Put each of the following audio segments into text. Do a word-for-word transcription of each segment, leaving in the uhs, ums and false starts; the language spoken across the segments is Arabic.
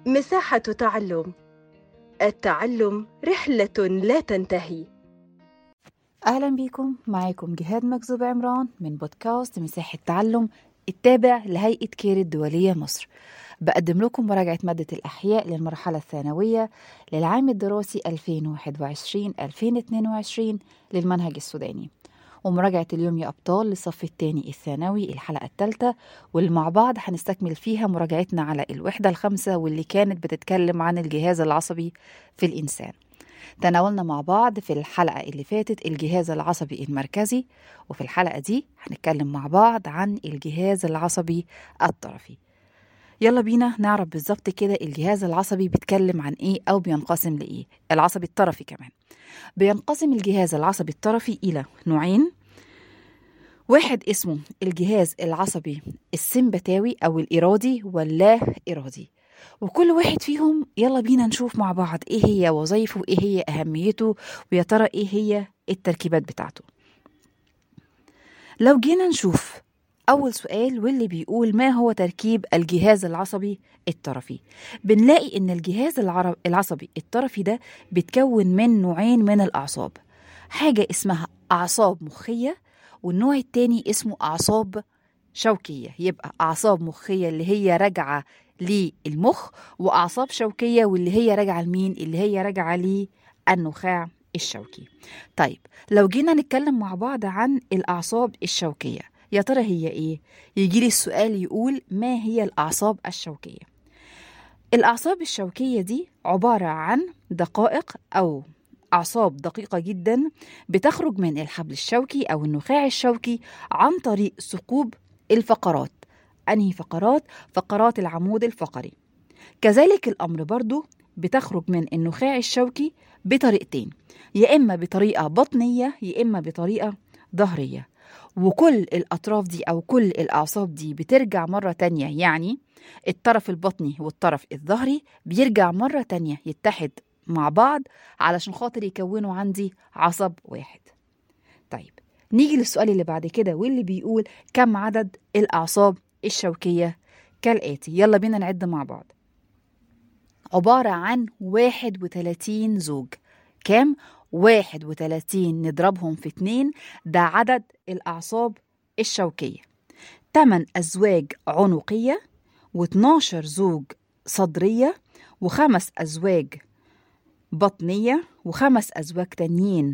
مساحة تعلم. التعلم رحلة لا تنتهي. أهلا بكم، معاكم جهاد مكذوب عمران من بودكاست مساحة تعلم التابع لهيئة كير الدولية مصر. بقدم لكم مراجعة مادة الأحياء للمرحلة الثانوية للعام الدراسي ألفين وواحد وعشرين ألفين واثنين وعشرين للمنهج السوداني، ومراجعة اليوم يا أبطال للصف الثاني الثانوي الحلقة الثالثة، واللي مع بعض هنستكمل فيها مراجعتنا على الوحدة الخامسة واللي كانت بتتكلم عن الجهاز العصبي في الإنسان. تناولنا مع بعض في الحلقة اللي فاتت الجهاز العصبي المركزي، وفي الحلقة دي هنتكلم مع بعض عن الجهاز العصبي الطرفي. يلا بينا نعرف بالظبط كده الجهاز العصبي بيتكلم عن ايه او بينقسم لايه. العصبي الطرفي كمان بينقسم الجهاز العصبي الطرفي الى نوعين. واحد اسمه الجهاز العصبي السمبثاوي او الارادي واللا ارادي، وكل واحد فيهم يلا بينا نشوف مع بعض ايه هي وظائفه وايه هي اهميته، ويا ترى ايه هي التركيبات بتاعته. لو جينا نشوف أول سؤال واللي بيقول ما هو تركيب الجهاز العصبي الطرفي، بنلاقي إن الجهاز العرب العصبي الطرفي ده بيتكون من نوعين من الأعصاب، حاجة اسمها أعصاب مخية، والنوع التاني اسمه أعصاب شوكية. يبقى أعصاب مخية اللي هي راجعة للمخ، وأعصاب شوكية واللي هي راجعة لمين؟ اللي هي راجعة للنخاع الشوكي. طيب لو جينا نتكلم مع بعض عن الأعصاب الشوكية، يا ترى هي إيه؟ يجي لي السؤال يقول ما هي الأعصاب الشوكية؟ الأعصاب الشوكية دي عبارة عن دقائق أو أعصاب دقيقة جدا بتخرج من الحبل الشوكي أو النخاع الشوكي عن طريق ثقوب الفقرات. أنهي فقرات؟ فقرات العمود الفقري. كذلك الأمر برضو بتخرج من النخاع الشوكي بطريقتين، يا إما بطريقة بطنية يا إما بطريقة ظهرية، وكل الأطراف دي أو كل الأعصاب دي بترجع مرة تانية، يعني الطرف البطني والطرف الظهري بيرجع مرة تانية يتحد مع بعض علشان خاطر يكونوا عندي عصب واحد. طيب نيجي للسؤال اللي بعد كده واللي بيقول كم عدد الأعصاب الشوكية؟ كالآتي، يلا بينا نعد مع بعض. عبارة عن واحد وثلاثين زوج. كام؟ واحد وثلاثين نضربهم في اتنين، ده عدد الأعصاب الشوكية. تمن أزواج عنقية، واتناشر زوج صدرية، وخمس أزواج بطنية، وخمس أزواج تانيين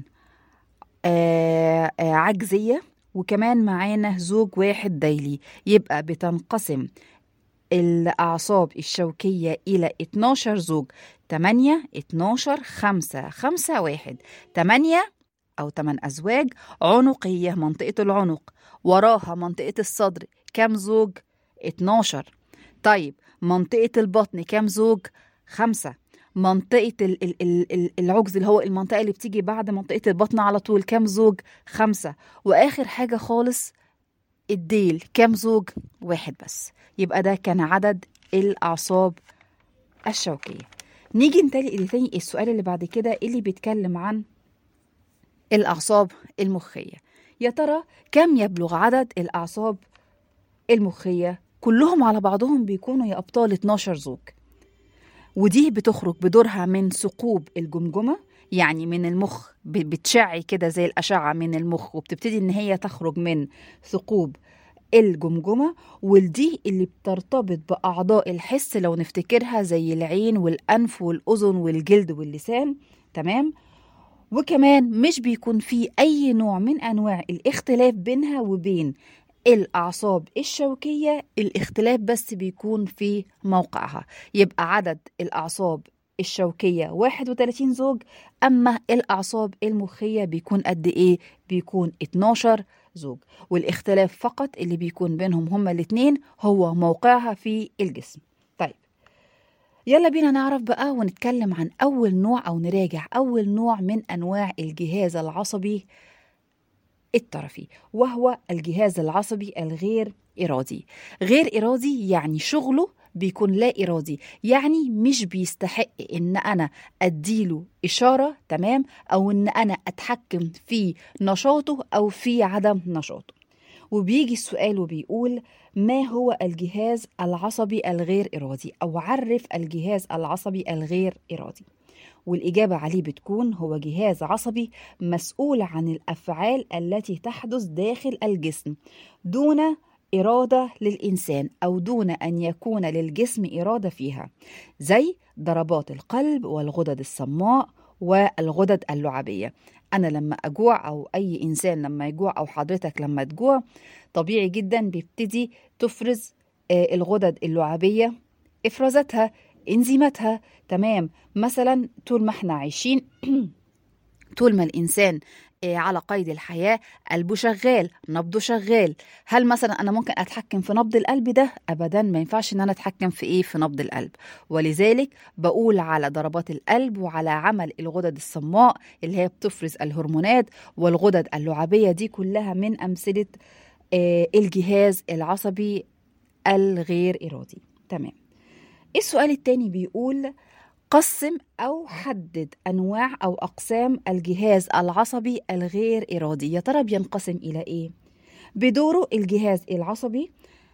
آه آه عجزية، وكمان معانا زوج واحد ديلي. يبقى بتنقسم الأعصاب الشوكية إلى اتناشر زوج. تمانية، اتناشر، خمسة، خمسة، واحد. تمانية أو تمن أزواج عنقية، منطقة العنق، وراها منطقة الصدر. كم زوج؟ اتناشر. طيب منطقة البطن كم زوج؟ خمسة. منطقة ال- ال- ال- ال- العجز اللي هو المنطقة اللي بتيجي بعد منطقة البطن على طول كم زوج؟ خمسة. وآخر حاجة خالص الديل كم زوج؟ واحد بس. يبقى ده كان عدد الأعصاب الشوكية. نيجي نتالي لتاني السؤال اللي بعد كده اللي بيتكلم عن الأعصاب المخية. يا ترى كم يبلغ عدد الأعصاب المخية؟ كلهم على بعضهم بيكونوا يا أبطال اتناشر زوج، ودي بتخرج بدورها من ثقوب الجمجمة، يعني من المخ بتشعي كده زي الأشعة من المخ، وبتبتدي إن هي تخرج من ثقوب الجمجمة، والدي اللي بترتبط بأعضاء الحس لو نفتكرها زي العين والأنف والأذن والجلد واللسان. تمام. وكمان مش بيكون في أي نوع من أنواع الاختلاف بينها وبين الأعصاب الشوكية، الاختلاف بس بيكون في موقعها. يبقى عدد الأعصاب الشوكية واحد وثلاثين زوج، أما الأعصاب المخية بيكون قد إيه؟ بيكون اتناشر زوج، والاختلاف فقط اللي بيكون بينهم هما الاتنين هو موقعها في الجسم. طيب يلا بينا نعرف بقى ونتكلم عن أول نوع أو نراجع أول نوع من أنواع الجهاز العصبي الطرفي، وهو الجهاز العصبي الغير إرادي. غير إرادي يعني شغله بيكون لا إرادي، يعني مش بيستحق إن أنا أديله إشارة، تمام، أو إن أنا أتحكم في نشاطه أو في عدم نشاطه. وبيجي السؤال وبيقول ما هو الجهاز العصبي الغير إرادي، أو عرف الجهاز العصبي الغير إرادي. والإجابة عليه بتكون هو جهاز عصبي مسؤول عن الأفعال التي تحدث داخل الجسم دون إرادة للإنسان، أو دون أن يكون للجسم إرادة فيها، زي ضربات القلب والغدد الصماء والغدد اللعابية. أنا لما أجوع، أو أي إنسان لما يجوع، أو حضرتك لما تجوع، طبيعي جدا بيبتدي تفرز آه، الغدد اللعابية إفرازاتها، إنزيماتها. تمام. مثلا طول ما احنا عايشين طول ما الإنسان آه، على قيد الحياة، قلبه شغال، نبضه شغال. هل مثلا أنا ممكن أتحكم في نبض القلب ده؟ أبدا، ما ينفعش إن أنا أتحكم في إيه في نبض القلب. ولذلك بقول على ضربات القلب وعلى عمل الغدد الصماء اللي هي بتفرز الهرمونات، والغدد اللعابية دي كلها من أمثلة آه، الجهاز العصبي الغير إرادي. تمام. السؤال التاني بيقول قسم أو حدد أنواع أو أقسام الجهاز العصبي الغير إرادي. يا ترى بينقسم إلى إيه؟ بدوره الجهاز العصبي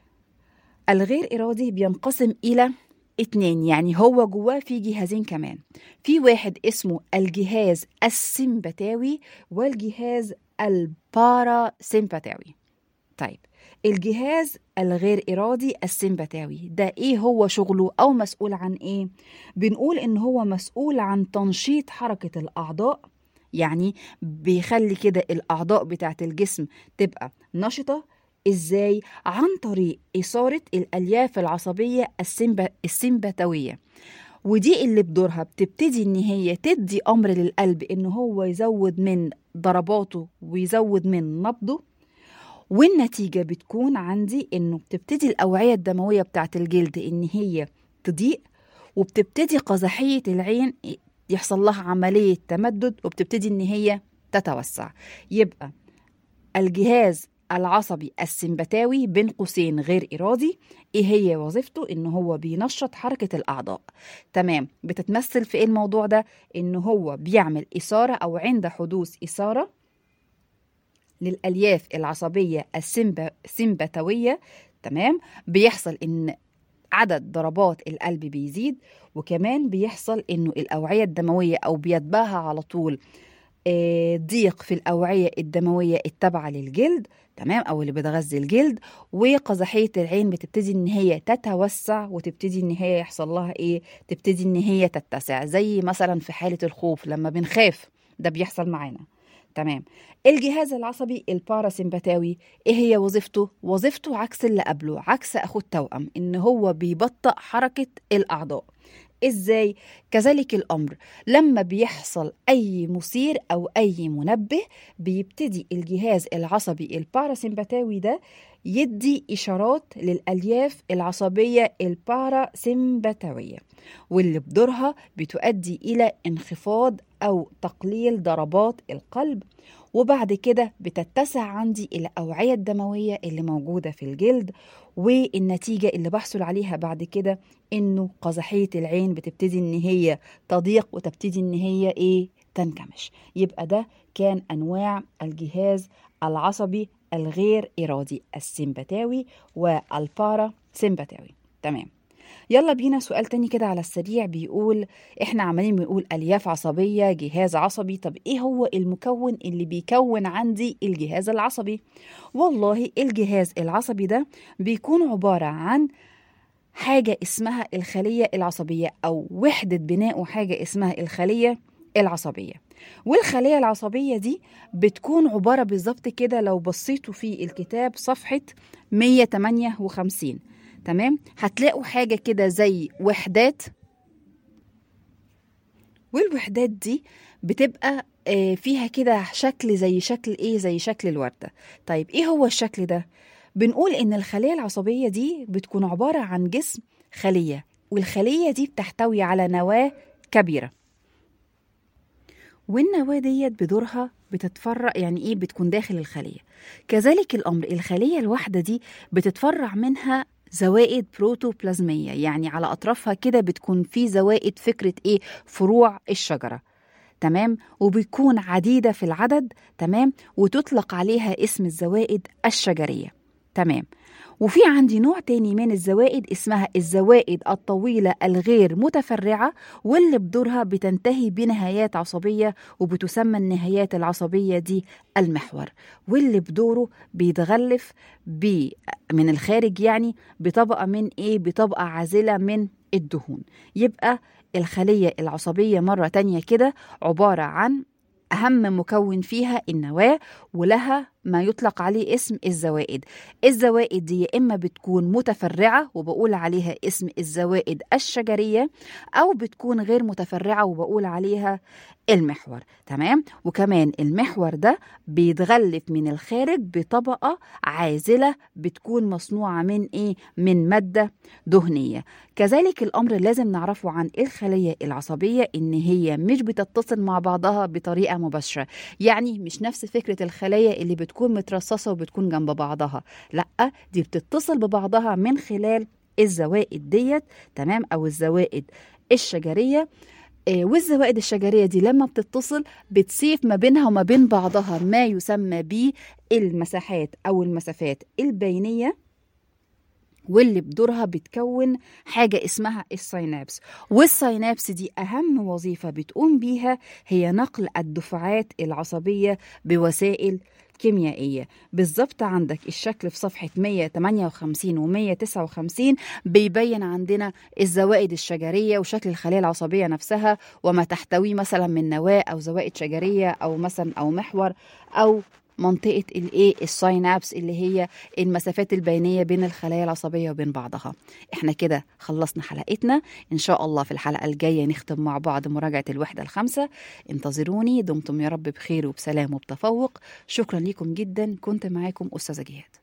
الغير إرادي بينقسم إلى اتنين، يعني هو جواه في جهازين كمان. في واحد اسمه الجهاز السمبتاوي والجهاز الباراسمبتاوي. طيب، الجهاز الغير إرادي السمبتاوي ده إيه هو شغله أو مسؤول عن إيه؟ بنقول إن هو مسؤول عن تنشيط حركة الأعضاء، يعني بيخلي كده الأعضاء بتاعت الجسم تبقى نشطة. إزاي؟ عن طريق إثارة الألياف العصبية السمب... السمبتاوية، ودي اللي بدورها بتبتدي إن هي تدي أمر للقلب إن هو يزود من ضرباته ويزود من نبضه. والنتيجة بتكون عندي إنه بتبتدي الأوعية الدموية بتاعت الجلد إن هي تضيق، وبتبتدي قزحية العين يحصل لها عملية تمدد، وبتبتدي إن هي تتوسع. يبقى الجهاز العصبي السمبتاوي بين قوسين غير إرادي، إيه هي وظيفته؟ إن هو بينشط حركة الأعضاء. تمام. بتتمثل في إيه الموضوع ده؟ إن هو بيعمل إثارة، أو عند حدوث إثارة للألياف العصبية السمبتاوية، تمام، بيحصل إن عدد ضربات القلب بيزيد، وكمان بيحصل إنه الأوعية الدموية أو بيتبعها على طول آه، ضيق في الأوعية الدموية التابعة للجلد، تمام، أو اللي بتغذي الجلد. وقزحية العين بتبتدي إن هي تتوسع، وتبتدي إن هي يحصل لها إيه؟ تبتدي إن هي تتسع، زي مثلا في حالة الخوف لما بنخاف ده بيحصل معانا. تمام. الجهاز العصبي الباراسمبتاوي ايه هي وظيفته؟ وظيفته عكس اللي قبله، عكس اخو التوأم، ان هو بيبطئ حركة الاعضاء. ازاي؟ كذلك الامر لما بيحصل اي مثير او اي منبه، بيبتدي الجهاز العصبي الباراسمبتاوي ده يدي اشارات للالياف العصبيه الباراسمبتاويه، واللي بدورها بتؤدي الى انخفاض او تقليل ضربات القلب. وبعد كده بتتسع عندي الأوعية الدموية اللي موجودة في الجلد، والنتيجة اللي بحصل عليها بعد كده إنه قزحية العين بتبتدي إن هي تضيق، وتبتدي إن هي إيه؟ تنكمش. يبقى ده كان أنواع الجهاز العصبي الغير إرادي السمبتاوي والبارا سمبتاوي. تمام. يلا بينا سؤال تاني كده على السريع. بيقول احنا عمالين بنقول ألياف عصبية، جهاز عصبي، طب ايه هو المكون اللي بيكون عندي الجهاز العصبي؟ والله الجهاز العصبي ده بيكون عبارة عن حاجة اسمها الخلية العصبية، أو وحدة بناء حاجة اسمها الخلية العصبية. والخلية العصبية دي بتكون عبارة بالظبط كده، لو بصيتوا في الكتاب صفحة مية وتمانية وخمسين، تمام، هتلاقوا حاجة كده زي وحدات، والوحدات دي بتبقى فيها كده شكل زي شكل ايه؟ زي شكل الوردة. طيب ايه هو الشكل ده؟ بنقول ان الخلية العصبية دي بتكون عبارة عن جسم خلية، والخلية دي بتحتوي على نواة كبيرة، والنواة ديت بدورها بتتفرع، يعني ايه؟ بتكون داخل الخلية. كذلك الامر الخلية الواحدة دي بتتفرع منها زوائد بروتوبلازمية، يعني على أطرافها كده بتكون في زوائد، فكرة إيه؟ فروع الشجرة. تمام، وبيكون عديدة في العدد، تمام، وتطلق عليها اسم الزوائد الشجرية، تمام. وفي عندي نوع تاني من الزوائد اسمها الزوائد الطويلة الغير متفرعة، واللي بدورها بتنتهي بنهايات عصبية، وبتسمى النهايات العصبية دي المحور، واللي بدوره بيتغلف ب من الخارج يعني بطبقة من ايه بطبقة عازلة من الدهون. يبقى الخلية العصبية مرة تانية كده عبارة عن أهم مكون فيها النواة، ولها ما يطلق عليه اسم الزوائد. الزوائد دي يا إما بتكون متفرعة وبقول عليها اسم الزوائد الشجرية، أو بتكون غير متفرعة وبقول عليها المحور، تمام. وكمان المحور ده بيتغلف من الخارج بطبقة عازلة بتكون مصنوعة من إيه؟ من مادة دهنية. كذلك الأمر لازم نعرفه عن الخلية العصبية إن هي مش بتتصل مع بعضها بطريقة مباشرة، يعني مش نفس فكرة الخلايا اللي بتكون مترصصة وبتكون جنب بعضها، لأ، دي بتتصل ببعضها من خلال الزوائد ديت، تمام، أو الزوائد الشجرية. آه، والزوائد الشجرية دي لما بتتصل بتسيب ما بينها وما بين بعضها ما يسمى بالمساحات أو المسافات البينية، واللي بدورها بتكون حاجة اسمها السينابس. والسينابس دي أهم وظيفة بتقوم بيها هي نقل الدفعات العصبية بوسائل كيميائية. بالظبط عندك الشكل في صفحة مية وتمانية وخمسين و مية وتسعة وخمسين بيبين عندنا الزوائد الشجرية وشكل الخلية العصبية نفسها، وما تحتويه مثلا من نواة أو زوائد شجرية أو مثلا أو محور أو منطقة الايه الساينابس اللي هي المسافات البينية بين الخلايا العصبية وبين بعضها. احنا كده خلصنا حلقتنا، ان شاء الله في الحلقة الجاية نختم مع بعض مراجعة الوحدة الخامسة. انتظروني، دمتم يا رب بخير وبسلام وبتفوق. شكرا لكم جدا، كنت معاكم أستاذة جهاد.